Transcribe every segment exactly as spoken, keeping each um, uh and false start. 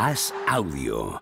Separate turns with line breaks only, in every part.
As Audio.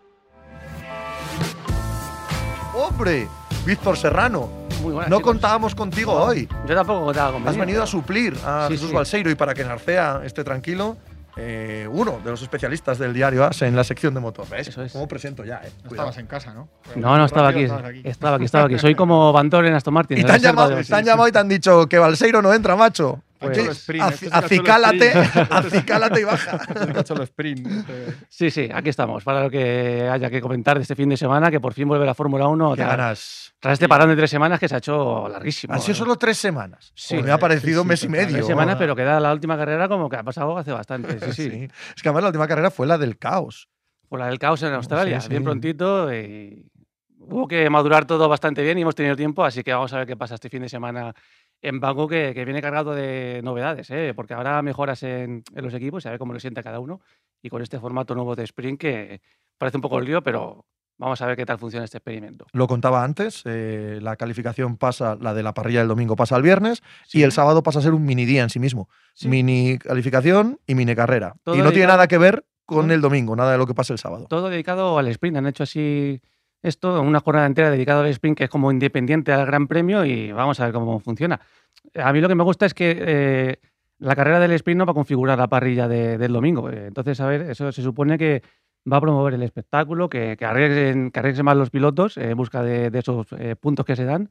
¡Hombre! Víctor Serrano.
Muy buenas,
no
chicos.
contábamos contigo
No,
hoy.
Yo tampoco contaba con
Has venido a suplir a
Sí,
Jesús
sí.
Balseiro, y para que Narcea esté tranquilo, eh, uno de los especialistas del diario As en la sección de motor. ¿Ves?
Eso es.
¿Cómo presento ya? Eh?
No
Cuidado.
estabas en casa, ¿no?
No, no, estaba aquí,
Rápido, estabas aquí.
estaba aquí, estaba aquí. Soy como Van Doren en Aston Martin.
Y
de
te han,
reserva
llamado,
de-
te han llamado y te han dicho que Balseiro no entra, macho.
Pues-
Oye,
Cacho sprint,
aci-
este es cacho
acicálate,
sprint.
acicálate y baja.
Este es cacho el sprint. este.
Sí, sí, aquí estamos, para lo que haya que comentar de este fin de semana, que por fin vuelve la Fórmula uno.
¿Qué
tras-
ganas?
Tras este parón de tres semanas que se ha hecho larguísimo.
Han sido
¿eh?
solo tres semanas.
Sí,
Joder, me ha parecido
sí, sí,
mes y
total.
medio.
Tres semanas, pero queda la última carrera como que ha pasado hace bastante. Sí, sí.
Sí. Es que además la última carrera fue la del caos.
Por la del caos en Australia,
Sí, sí.
bien prontito. Y hubo que madurar todo bastante bien y hemos tenido tiempo, así que vamos a ver qué pasa este fin de semana en Bakú, que, que viene cargado de novedades, ¿eh? Porque habrá mejoras en, en los equipos y a ver cómo lo siente cada uno. Y con este formato nuevo de sprint que parece un poco el lío, pero vamos a ver qué tal funciona este experimento.
Lo contaba antes, eh, la calificación pasa, la de la parrilla del domingo pasa al viernes
Sí.
y el sábado pasa a ser un mini día en sí mismo.
Sí.
Mini calificación y mini carrera.
Todo
y no tiene
dedicado-
nada que ver con
¿No?
el domingo, nada de lo que pase el sábado.
Todo dedicado al sprint. Han hecho así esto, una jornada entera dedicada al sprint, que es como independiente al Gran Premio, y vamos a ver cómo funciona. A mí lo que me gusta es que eh, la carrera del sprint no va a configurar la parrilla de- del domingo. Eh, Entonces, a ver, eso se supone que va a promover el espectáculo, que, que, arriesguen, que arriesguen más los pilotos eh, en busca de, de esos eh, puntos que se dan.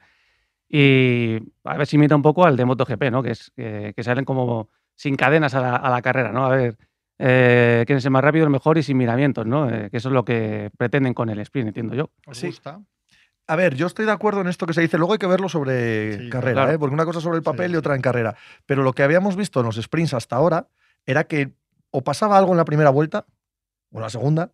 Y a ver si imita un poco al de MotoGP, ¿no? Que, es, que, que salen como sin cadenas a la, a la carrera, ¿no? A ver, eh, quién es el más rápido, el mejor y sin miramientos, ¿no? Eh, que eso es lo que pretenden con el sprint, entiendo yo.
¿Os
Sí.
gusta?
A ver, yo estoy de acuerdo en esto que se dice. Luego hay que verlo sobre
Sí,
carrera,
claro.
¿eh? Porque una cosa sobre el papel
Sí,
y otra en carrera. Pero lo que habíamos visto en los sprints hasta ahora era que o pasaba algo en la primera vuelta o en la segunda,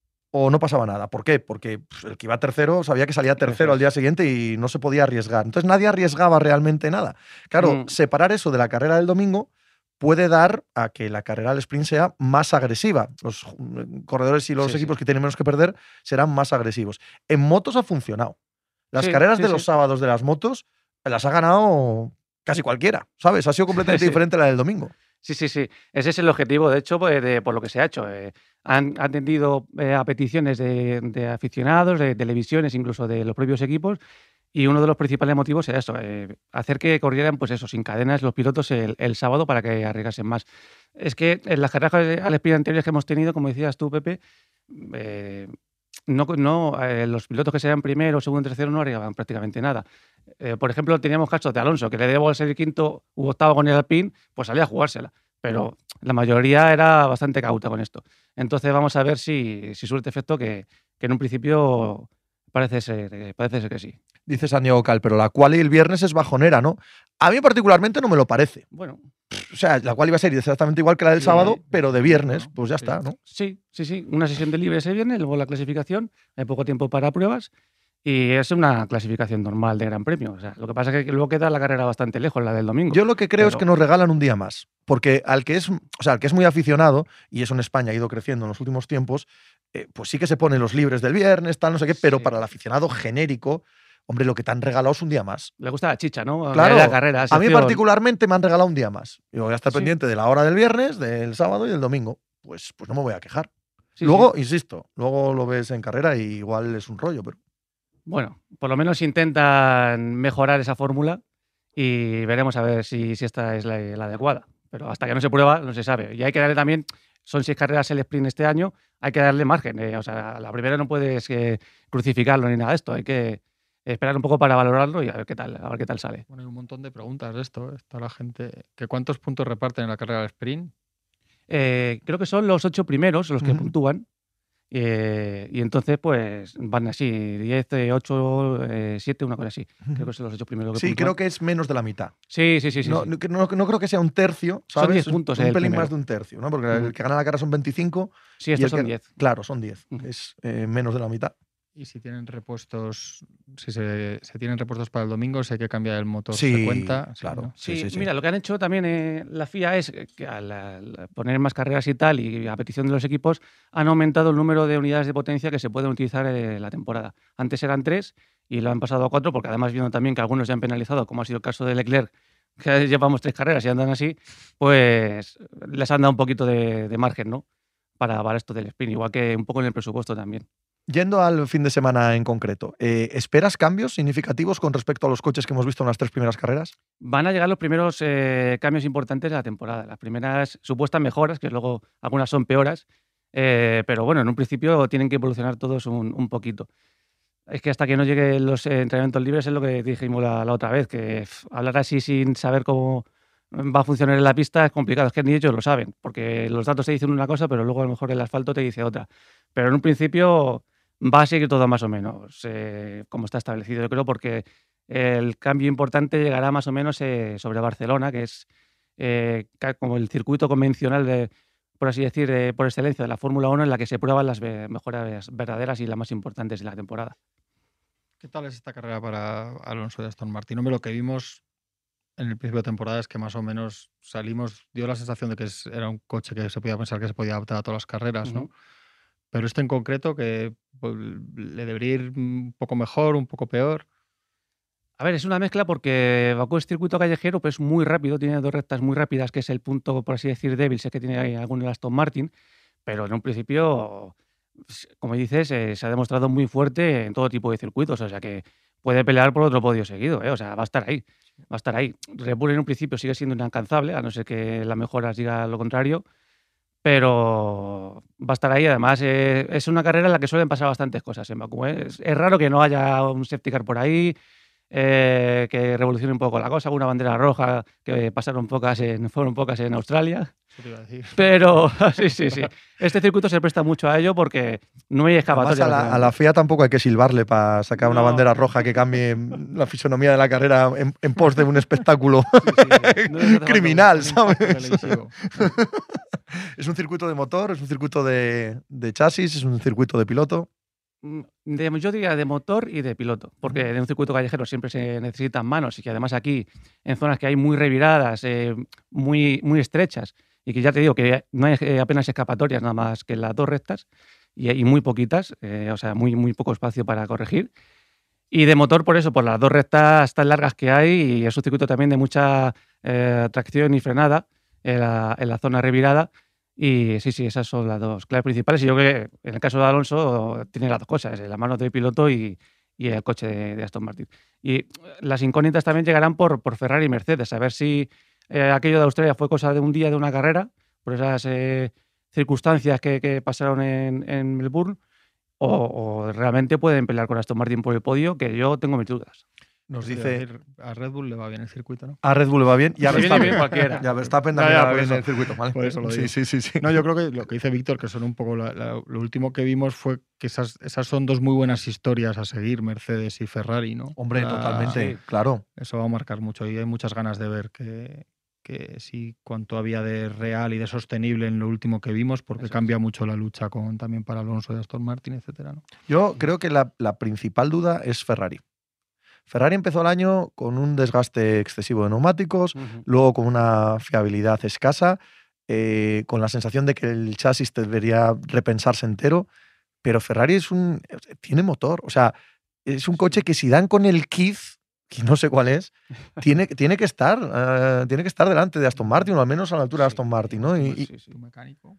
o no pasaba nada. ¿Por qué? Porque pff, el que iba tercero sabía que salía tercero
Eso
al día siguiente y no se podía arriesgar. Entonces nadie arriesgaba realmente nada. Claro,
Mm.
separar eso de la carrera del domingo puede dar a que la carrera del sprint sea más agresiva. Los mm, corredores y los
Sí, sí.
equipos que tienen menos que perder serán más agresivos. En motos ha funcionado. Las
Sí,
carreras
sí,
de
sí.
los sábados de las motos las ha ganado casi cualquiera, ¿sabes? Ha sido completamente
Sí.
diferente a la del domingo.
Sí, sí, sí. Ese es el objetivo, de hecho, pues, de- por lo que se ha hecho. Eh, han han atendido eh, a peticiones de, de aficionados, de televisiones, incluso de los propios equipos, y uno de los principales motivos era eso, eh, hacer que corrieran, pues eso, sin cadenas los pilotos el, el sábado para que arriesgasen más. Es que en las carreras al sprint anteriores que hemos tenido, como decías tú, Pepe, eh, no, no, eh, los pilotos que sean primero, segundo, tercero no arriesgaban prácticamente nada. Eh, por ejemplo, teníamos casos de Alonso, que le debo ser quinto u octavo con el Alpine, pues salía a jugársela. Pero la mayoría era bastante cauta con esto. Entonces vamos a ver si, si surte efecto, que, que en un principio parece ser, eh, parece ser que sí.
Dice Santiago Cal, pero la quali el viernes es bajonera, ¿no? A mí particularmente no me lo parece.
Bueno,
O sea, la quali va a ser exactamente igual que la del
Sí,
sábado,
sí,
pero de
sí,
viernes,
¿no?
pues ya
Sí.
está, ¿no?
sí, sí, sí. Una sesión de libre ese viernes, luego la clasificación, hay poco tiempo para pruebas. Y es una clasificación normal de Gran Premio. O sea, lo que pasa es que luego queda la carrera bastante lejos, la del domingo.
Yo lo que creo es
Pero-
que nos regalan un día más. Porque al que es, o sea, al que es muy aficionado, y eso en España ha ido creciendo en los últimos tiempos, eh, pues sí que se ponen los libres del viernes, tal, no sé qué, pero
Sí.
para el aficionado genérico, hombre, lo que te han regalado es un día más.
Le gusta la chicha, ¿no?
Claro,
La carrera, la
a mí
sección.
particularmente me han regalado un día más. Yo voy a estar
Sí.
pendiente de la hora del viernes, del sábado y del domingo. Pues, pues no me voy a quejar.
Sí,
luego,
sí.
insisto, luego lo ves en carrera y igual es un rollo, pero
Bueno, por lo menos intentan mejorar esa fórmula y veremos a ver si, si esta es la, la adecuada. Pero hasta que no se prueba, no se sabe. Y hay que darle también, son seis carreras el sprint este año, hay que darle margen. eh, O sea, la primera no puedes eh, crucificarlo ni nada de esto. Hay que esperar un poco para valorarlo y a ver qué tal, a ver qué tal sale.
Bueno, hay un montón de preguntas de esto. ¿eh? Está la gente. ¿Que ¿Cuántos puntos reparten en la carrera del sprint?
Eh, creo que son los ocho primeros los que
Ujú.
puntúan. eh, y entonces, pues van así: diez, ocho, siete, una cosa así. Creo que son los ocho primeros que
sí,
puntúan.
creo que es menos de la mitad.
Sí, sí, sí. sí,
no,
sí.
no, no- no creo que sea un tercio,
Son
¿sabes?
diez
Es
puntos
un
el
pelín
primero.
más de un tercio, ¿no? Porque
Ujú.
el que gana la carrera son veinticinco.
Sí,
y
estos
el
son
que-
diez.
Claro, son diez.
Ujú.
Es eh, menos de la mitad.
Y si tienen repuestos, si se, se tienen repuestos para el domingo, si hay que cambiar el motor,
Sí,
se cuenta. Sí,
claro.
¿no?
Sí,
Sí,
sí, sí.
mira, lo que han hecho también eh, la F I A es que al, al poner más carreras y tal, y a petición de los equipos, han aumentado el número de unidades de potencia que se pueden utilizar en la temporada. Antes eran tres y lo han pasado a cuatro, porque además viendo también que algunos ya han penalizado, como ha sido el caso de Leclerc, que llevamos tres carreras y andan así, pues les han dado un poquito de, de margen, ¿no? para, para esto del sprint, igual que un poco en el presupuesto también.
Yendo al fin de semana en concreto, eh, ¿esperas cambios significativos con respecto a los coches que hemos visto en las tres primeras carreras?
Van a llegar los primeros eh, cambios importantes de la temporada. Las primeras supuestas mejoras, que luego algunas son peoras, eh, pero bueno, en un principio tienen que evolucionar todos un, un poquito. Es que hasta que no lleguen los eh, entrenamientos libres es lo que dijimos la, la otra vez, que pff, hablar así sin saber cómo va a funcionar en la pista es complicado. Es que ni ellos lo saben, porque los datos te dicen una cosa, pero luego a lo mejor el asfalto te dice otra. Pero en un principio va a seguir todo más o menos eh, como está establecido, yo creo, porque el cambio importante llegará más o menos eh, sobre Barcelona, que es eh, ca- como el circuito convencional, de, por así decir, eh, por excelencia de la Fórmula uno, en la que se prueban las ve- mejoras verdaderas y las más importantes de la temporada.
¿Qué tal es esta carrera para Alonso de Aston Martin? Hombre, lo que vimos en el principio de temporada es que más o menos salimos, dio la sensación de que es- era un coche que se podía pensar que se podía adaptar a todas las carreras, ¿no?
Ujú.
Pero este en concreto, que pues, le debería ir un poco mejor, un poco peor.
A ver, es una mezcla porque Bakú es circuito callejero, pero es muy rápido, tiene dos rectas muy rápidas, que es el punto, por así decir, débil, sé que tiene ahí algún Aston Martin, pero en un principio, s- como dices, eh, se ha demostrado muy fuerte en todo tipo de circuitos, o sea que puede pelear por otro podio seguido, ¿eh? O sea, va a estar ahí, va a estar ahí. Red Bull en un principio sigue siendo inalcanzable, a no ser que la mejora diga lo contrario, pero va a estar ahí. Además, eh, es una carrera en la que suelen pasar bastantes cosas en Bakú, ¿eh? Es, es raro que no haya un safety car por ahí, eh, que revolucione un poco la cosa, una bandera roja que pasaron pocas en, fueron pocas en Australia.
Eso te iba a decir.
Pero sí, sí, sí. Este circuito se presta mucho a ello porque no hay
Además,
escapatoria.
a la, a la
prácticamente.
F I A tampoco hay que silbarle para sacar una
No.
bandera roja que cambie la fisonomía de la carrera en, en pos de un espectáculo
Sí, sí, sí. No les hace falta
criminal,
Un impacto
¿sabes?
televisivo.
Es un circuito de motor, es un circuito de, de chasis, es un circuito de piloto.
Mm, de- yo diría de motor y de piloto, porque
Ujú.
en un circuito callejero siempre se necesitan manos y que además aquí, en zonas que hay muy reviradas, eh, muy, muy estrechas, y que ya te digo que no hay eh, apenas escapatorias nada más que las dos rectas, y, y muy poquitas, eh, o sea, muy, muy poco espacio para corregir. Y de motor, por eso, por las dos rectas tan largas que hay, y es un circuito también de mucha eh, tracción y frenada en la, en la zona revirada. Y sí, sí, esas son las dos claves principales. Y yo creo que en el caso de Alonso tiene las dos cosas, la mano de piloto y, y el coche de, de Aston Martin. Y las incógnitas también llegarán por, por Ferrari y Mercedes, a ver si eh, aquello de Australia fue cosa de un día de una carrera, por esas eh, circunstancias que, que pasaron en, en Melbourne, o, o realmente pueden pelear con Aston Martin por el podio, que yo tengo mis dudas.
Nos
Eso te iba a
dice,
decir, a Red Bull le va bien el circuito, ¿no?
a Red Bull le va bien y a
Le viene
Verstappen.
bien cualquiera.
Y a Verstappen
Ya,
también
ya,
le va
por
bien
eso.
el circuito, ¿vale?
Por eso lo
sí,
digo.
sí, sí, sí.
No, yo creo que lo que dice Víctor, que son un poco la- la- lo último que vimos fue que esas, esas son dos muy buenas historias a seguir, Mercedes y Ferrari, ¿no?
Hombre,
La-
totalmente,
sí.
claro.
Eso va a marcar mucho y hay muchas ganas de ver que, que sí, cuánto había de real y de sostenible en lo último que vimos, porque
Eso es.
cambia mucho la lucha con también para Alonso de Aston Martin, etcétera, ¿no?
Yo creo que la, la principal duda es Ferrari. Ferrari empezó el año con un desgaste excesivo de neumáticos,
Ujú.
luego con una fiabilidad escasa, eh, con la sensación de que el chasis debería repensarse entero, pero Ferrari es un, tiene motor, o sea, es un coche que si dan con el Keith, que no sé cuál es, tiene, tiene, que estar, eh, tiene que estar delante de Aston Martin, o al menos a la altura de
Sí,
Aston Martin, ¿no? Y, y
sí, sí.
Tu mecánico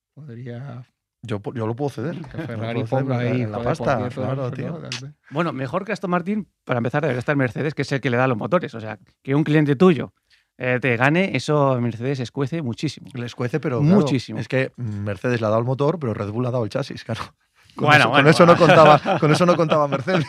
podría
yo, yo lo puedo ceder.
que
Lo
Ferrari
puedo ceder
ponga ahí
en la
joder, por
pasta,
diez
claro,
horas,
tío.
¿no?
Bueno, mejor que Aston Martin, para empezar, debería estar Mercedes, que es el que le da los motores. O sea, que un cliente tuyo eh, te gane, eso Mercedes escuece muchísimo.
Les cuece, pero claro,
Muchísimo.
es que Mercedes le ha dado el motor, pero Red Bull le ha dado el chasis, claro. Con,
Bueno,
eso,
bueno.
con eso no contaba, con eso no contaba Mercedes.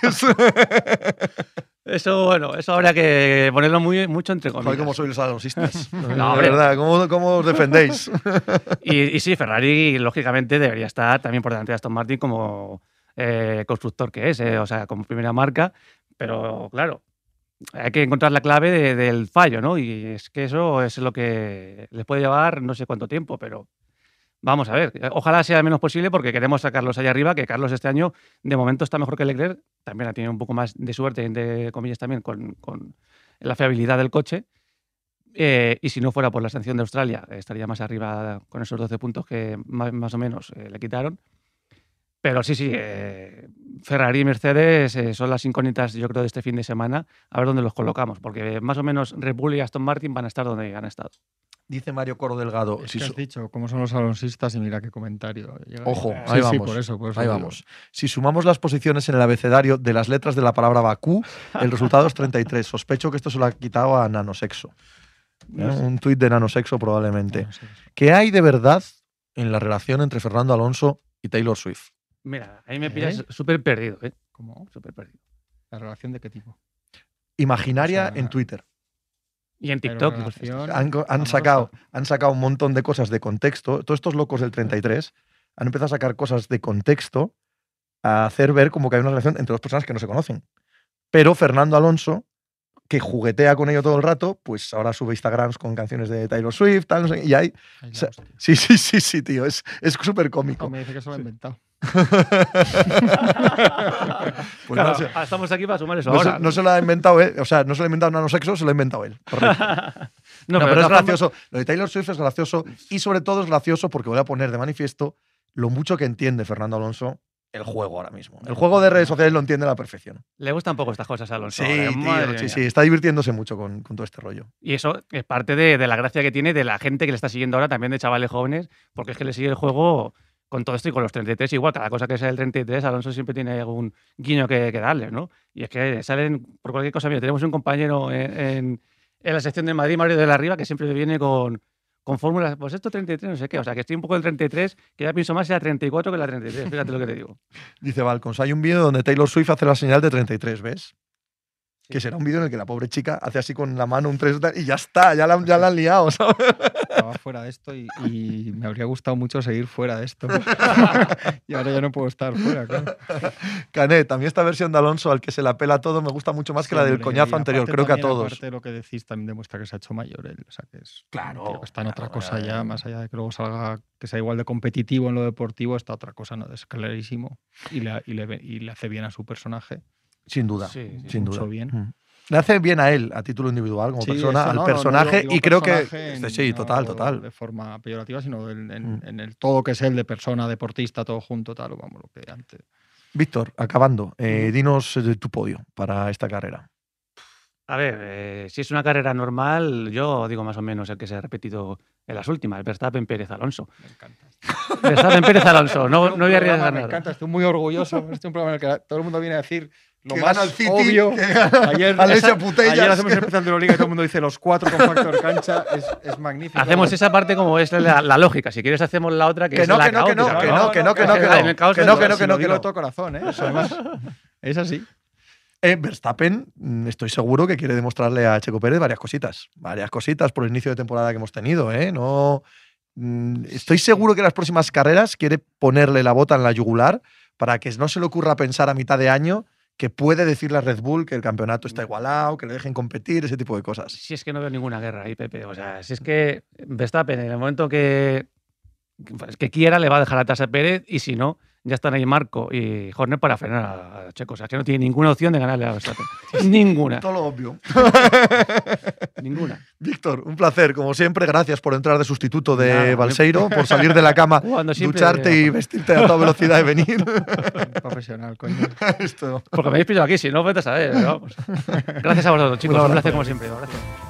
Eso, bueno, eso habría que ponerlo muy, mucho entre comillas.
Joder, cómo sois los alonsistas.
No,
de
hombre.
verdad, ¿cómo, cómo os defendéis?
Y, y sí, Ferrari, lógicamente, debería estar también por delante de Aston Martin como eh, constructor que es, eh, o sea, como primera marca. Pero claro, hay que encontrar la clave de- del fallo, ¿no? Y es que eso es lo que les puede llevar no sé cuánto tiempo, pero vamos a ver. Ojalá sea el menos posible porque queremos sacarlos allá arriba, que Carlos este año de momento está mejor que Leclerc. También ha tenido un poco más de suerte, entre comillas, también con, con la fiabilidad del coche. Eh, y si no fuera por la sanción de Australia, estaría más arriba con esos doce puntos que más, más o menos eh, le quitaron. Pero sí, sí, eh, Ferrari y Mercedes eh, son las incógnitas, yo creo, de este fin de semana. A ver dónde los colocamos, porque más o menos Red Bull y Aston Martin van a estar donde han estado.
Dice Mario Coro Delgado.
Es
si
que has
su-
dicho cómo son los alonsistas y mira qué comentario. llega ahí.
Ojo,
Sí,
ahí
sí,
vamos.
por eso, por eso
Ahí
digo.
vamos. Si sumamos las posiciones en el abecedario de las letras de la palabra Bakú, el resultado es treinta y tres. Sospecho que esto se lo ha quitado a Nanosexo. ¿Eh?
No sé.
Un tuit de Nanosexo probablemente.
No sé.
¿Qué hay de verdad en la relación entre Fernando Alonso y Taylor Swift?
Mira, ahí me
¿Eh?
pillas súper perdido, ¿eh?
¿Cómo?
Súper perdido.
¿La relación de qué tipo?
Imaginaria
O sea,
en Twitter.
Y en
Pero
TikTok.
relación
Han, co- han
amorosa.
sacado, han sacado un montón de cosas de contexto. Todos estos locos del treinta y tres han empezado a sacar cosas de contexto a hacer ver como que hay una relación entre dos personas que no se conocen. Pero Fernando Alonso, que juguetea con ello todo el rato, pues ahora sube Instagrams con canciones de Taylor Swift, tal, no sé qué, y hay...
Ahí la
sa-
hostia.
Sí, sí, sí, sí, tío. Es es súper
No,
cómico.
me dice que se lo ha inventado.
Pues
Claro,
no, se,
ah, estamos aquí para sumar eso
no se-
ahora.
no se lo ha inventado él. O sea, no se lo ha inventado Nanosexo, se lo ha inventado él. Correcto.
No,
No, pero,
de
es
todas formas-
gracioso. Lo de Taylor Swift es gracioso y sobre todo es gracioso porque voy a poner de manifiesto lo mucho que entiende Fernando Alonso el juego ahora mismo. El juego de redes sociales lo entiende a la perfección.
Le gustan poco estas cosas a Alonso.
Sí,
ahora,
tío,
madre
sí,
mía.
sí, está divirtiéndose mucho con, con todo este rollo.
Y eso es parte de, de la gracia que tiene de la gente que le está siguiendo ahora, también de chavales jóvenes, porque es que le sigue el juego con todo esto y con los treinta y tres igual. Cada cosa que sea el treinta y tres, Alonso siempre tiene algún guiño que, que darle, ¿no? Y es que salen por cualquier cosa. Mira, tenemos un compañero en, en, en la sección de Madrid, Mario de la Riva, que siempre viene con, con fórmulas, pues esto treinta y tres, no sé qué. O sea, que estoy un poco del treinta y tres, que ya pienso más en la treinta y cuatro que en la treinta y tres. Fíjate lo que te digo.
Dice Balcons, hay un vídeo donde Taylor Swift hace la señal de treinta y tres, ¿ves? Que será un vídeo en el que la pobre chica hace así con la mano un tres y ya está, ya la, ya la han liado, ¿sabes?
Estaba fuera de esto y, y me habría gustado mucho seguir fuera de esto. Y ahora ya no puedo estar fuera, claro.
Canet, también esta versión de Alonso al que se la pela todo me gusta mucho más que la del
Hombre,
coñazo
y
anterior,
aparte
creo que a
también,
todos.
Aparte de lo que decís, también demuestra que se ha hecho mayor él. O sea, que es,
Claro,
creo que está en
claro,
otra cosa
ya,
ya,
ya.
más allá de que luego salga, que sea igual de competitivo en lo deportivo, está otra cosa, ¿no? Es clarísimo. Y le, y le, ve- y le hace bien a su personaje.
Sin duda,
Sí, sí,
sin
mucho
duda.
bien.
Mm. Le hace bien a él, a título individual, como
Sí,
persona,
eso
al
no, no, no
personaje,
digo- digo
y creo que...
personaje en-
Sí,
no
total, total.
de forma peyorativa, sino en, en-
Mm.
en el todo que es él de persona, deportista, todo junto, tal, vamos, lo que antes.
Víctor, acabando, eh, dinos eh, tu podio para esta carrera.
A ver, eh, si es una carrera normal, yo digo más o menos el que se ha repetido en las últimas, el Verstappen Pérez Alonso.
Me encanta.
Verstappen Pérez Alonso, no, no voy a arriesgar
Me
nada.
encanta, estoy muy orgulloso. Este es un programa en el que todo el mundo viene a decir lo
Que
más
gana el City,
obvio.
que gana
Ayer,
Alessia
esa-
Putellas.
ayer hacemos el especial de Euroliga y todo el mundo dice los cuatro con factor cancha. Es, es magnífico.
Hacemos esa parte como es la, la lógica. Si quieres, hacemos la otra que,
Que
es
no,
la
que no, que no,
caótica,
que no, que no, que no, que
Es
no.
en el caos
Que
de
no,
los-
que no,
Si
que
lo
no, que
digo
no.
de todo corazón, ¿eh? Eso además es así.
Eh, Verstappen, mm, estoy seguro que quiere demostrarle a Checo Pérez varias cositas. Varias cositas por el inicio de temporada que hemos tenido, ¿eh? No, mm, estoy seguro que en las próximas carreras quiere ponerle la bota en la yugular para que no se le ocurra pensar a mitad de año que puede decirle a Red Bull que el campeonato está igualado, que le dejen competir, ese tipo de cosas.
Si es que no veo ninguna guerra ahí, Pepe. O sea, si es que Verstappen, en el momento que, que quiera, le va a dejar atrás a Pérez y si no, ya están ahí Marco y Horner para frenar a Checo. O sea, que no tiene ninguna opción de ganarle a Verstappen. Ninguna.
Todo lo obvio.
Ninguna.
Víctor, un placer, como siempre. Gracias por entrar de sustituto de
Nada,
Balseiro, por salir de la cama,
Cuando siempre-
ducharte y vestirte a toda velocidad y venir.
Profesional, coño.
Esto.
Porque me habéis pillado aquí, si no, vete a saber. pero vamos. Gracias a vosotros, chicos.
Un
Un
abrazo.
placer como siempre. Gracias.